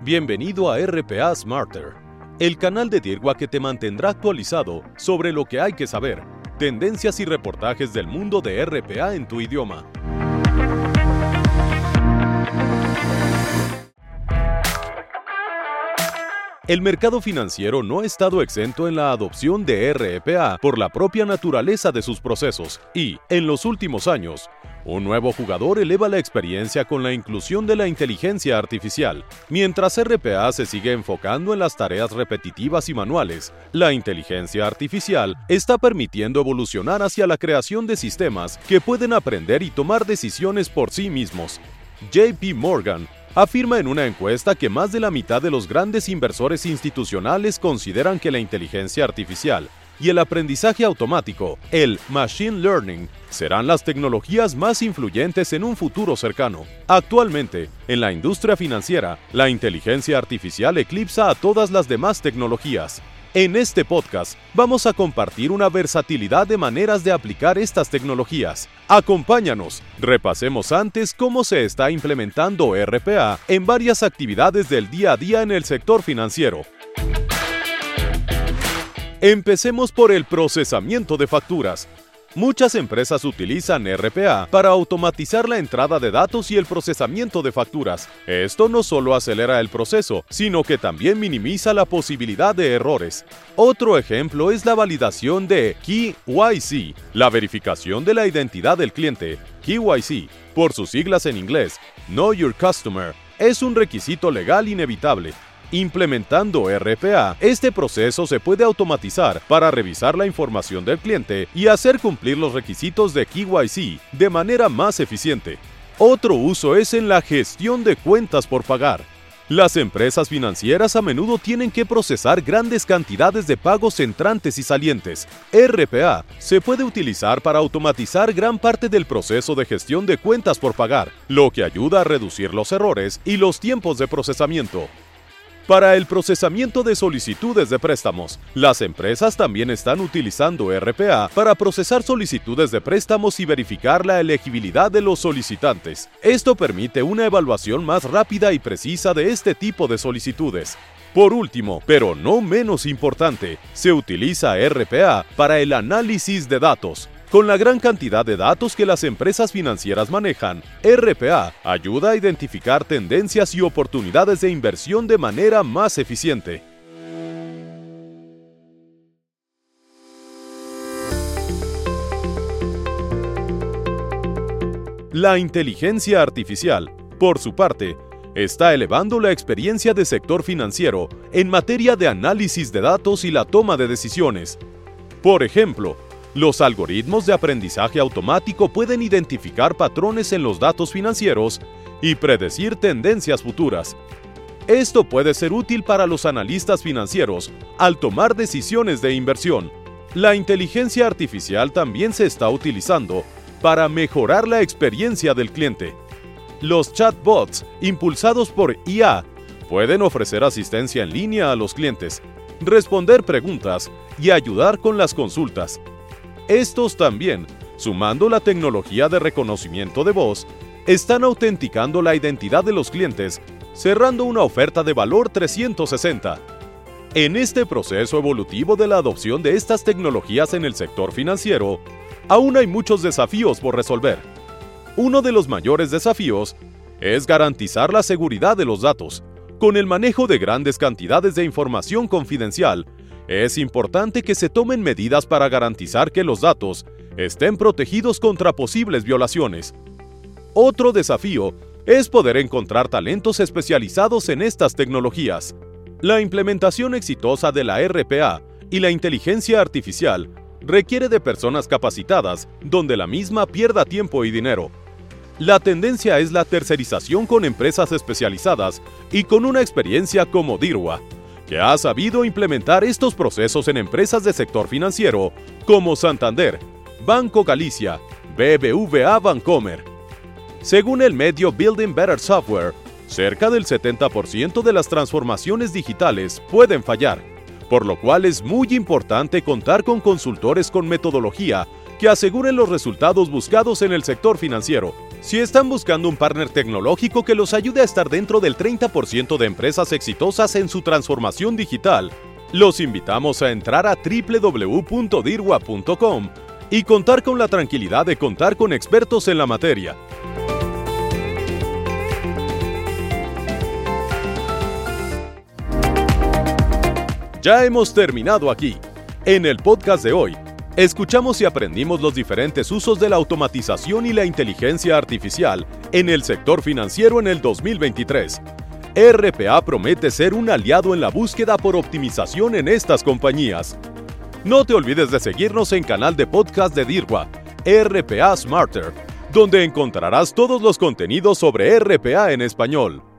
Bienvenido a RPA Smarter, el canal de DIRWA que te mantendrá actualizado sobre lo que hay que saber, tendencias y reportajes del mundo de RPA en tu idioma. El mercado financiero no ha estado exento en la adopción de RPA por la propia naturaleza de sus procesos y, en los últimos años, un nuevo jugador eleva la experiencia con la inclusión de la inteligencia artificial. Mientras RPA se sigue enfocando en las tareas repetitivas y manuales, la inteligencia artificial está permitiendo evolucionar hacia la creación de sistemas que pueden aprender y tomar decisiones por sí mismos. JP Morgan afirma en una encuesta que más de la mitad de los grandes inversores institucionales consideran que la inteligencia artificial y el aprendizaje automático, el machine learning, serán las tecnologías más influyentes en un futuro cercano. Actualmente, en la industria financiera, la inteligencia artificial eclipsa a todas las demás tecnologías. En este podcast, vamos a compartir una versatilidad de maneras de aplicar estas tecnologías. Acompáñanos, repasemos antes cómo se está implementando RPA en varias actividades del día a día en el sector financiero. Empecemos por el procesamiento de facturas. Muchas empresas utilizan RPA para automatizar la entrada de datos y el procesamiento de facturas. Esto no solo acelera el proceso, sino que también minimiza la posibilidad de errores. Otro ejemplo es la validación de KYC, la verificación de la identidad del cliente. KYC, por sus siglas en inglés, Know Your Customer, es un requisito legal inevitable. Implementando RPA, este proceso se puede automatizar para revisar la información del cliente y hacer cumplir los requisitos de KYC de manera más eficiente. Otro uso es en la gestión de cuentas por pagar. Las empresas financieras a menudo tienen que procesar grandes cantidades de pagos entrantes y salientes. RPA se puede utilizar para automatizar gran parte del proceso de gestión de cuentas por pagar, lo que ayuda a reducir los errores y los tiempos de procesamiento. Para el procesamiento de solicitudes de préstamos, las empresas también están utilizando RPA para procesar solicitudes de préstamos y verificar la elegibilidad de los solicitantes. Esto permite una evaluación más rápida y precisa de este tipo de solicitudes. Por último, pero no menos importante, se utiliza RPA para el análisis de datos. Con la gran cantidad de datos que las empresas financieras manejan, RPA ayuda a identificar tendencias y oportunidades de inversión de manera más eficiente. La inteligencia artificial, por su parte, está elevando la experiencia del sector financiero en materia de análisis de datos y la toma de decisiones. Por ejemplo, los algoritmos de aprendizaje automático pueden identificar patrones en los datos financieros y predecir tendencias futuras. Esto puede ser útil para los analistas financieros al tomar decisiones de inversión. La inteligencia artificial también se está utilizando para mejorar la experiencia del cliente. Los chatbots, impulsados por IA, pueden ofrecer asistencia en línea a los clientes, responder preguntas y ayudar con las consultas. Estos también, sumando la tecnología de reconocimiento de voz, están autenticando la identidad de los clientes, cerrando una oferta de valor 360. En este proceso evolutivo de la adopción de estas tecnologías en el sector financiero, aún hay muchos desafíos por resolver. Uno de los mayores desafíos es garantizar la seguridad de los datos. Con el manejo de grandes cantidades de información confidencial, es importante que se tomen medidas para garantizar que los datos estén protegidos contra posibles violaciones. Otro desafío es poder encontrar talentos especializados en estas tecnologías. La implementación exitosa de la RPA y la inteligencia artificial requiere de personas capacitadas donde la misma pierda tiempo y dinero. La tendencia es la tercerización con empresas especializadas y con una experiencia como DIRWA, que ha sabido implementar estos procesos en empresas de sector financiero como Santander, Banco Galicia, BBVA Bancomer. Según el medio Building Better Software, cerca del 70% de las transformaciones digitales pueden fallar, por lo cual es muy importante contar con consultores con metodología que aseguren los resultados buscados en el sector financiero. Si están buscando un partner tecnológico que los ayude a estar dentro del 30% de empresas exitosas en su transformación digital, los invitamos a entrar a www.dirwa.com y contar con la tranquilidad de contar con expertos en la materia. Ya hemos terminado aquí. En el podcast de hoy, escuchamos y aprendimos los diferentes usos de la automatización y la inteligencia artificial en el sector financiero en el 2023. RPA promete ser un aliado en la búsqueda por optimización en estas compañías. No te olvides de seguirnos en canal de podcast de Dirwa, RPA Smarter, donde encontrarás todos los contenidos sobre RPA en español.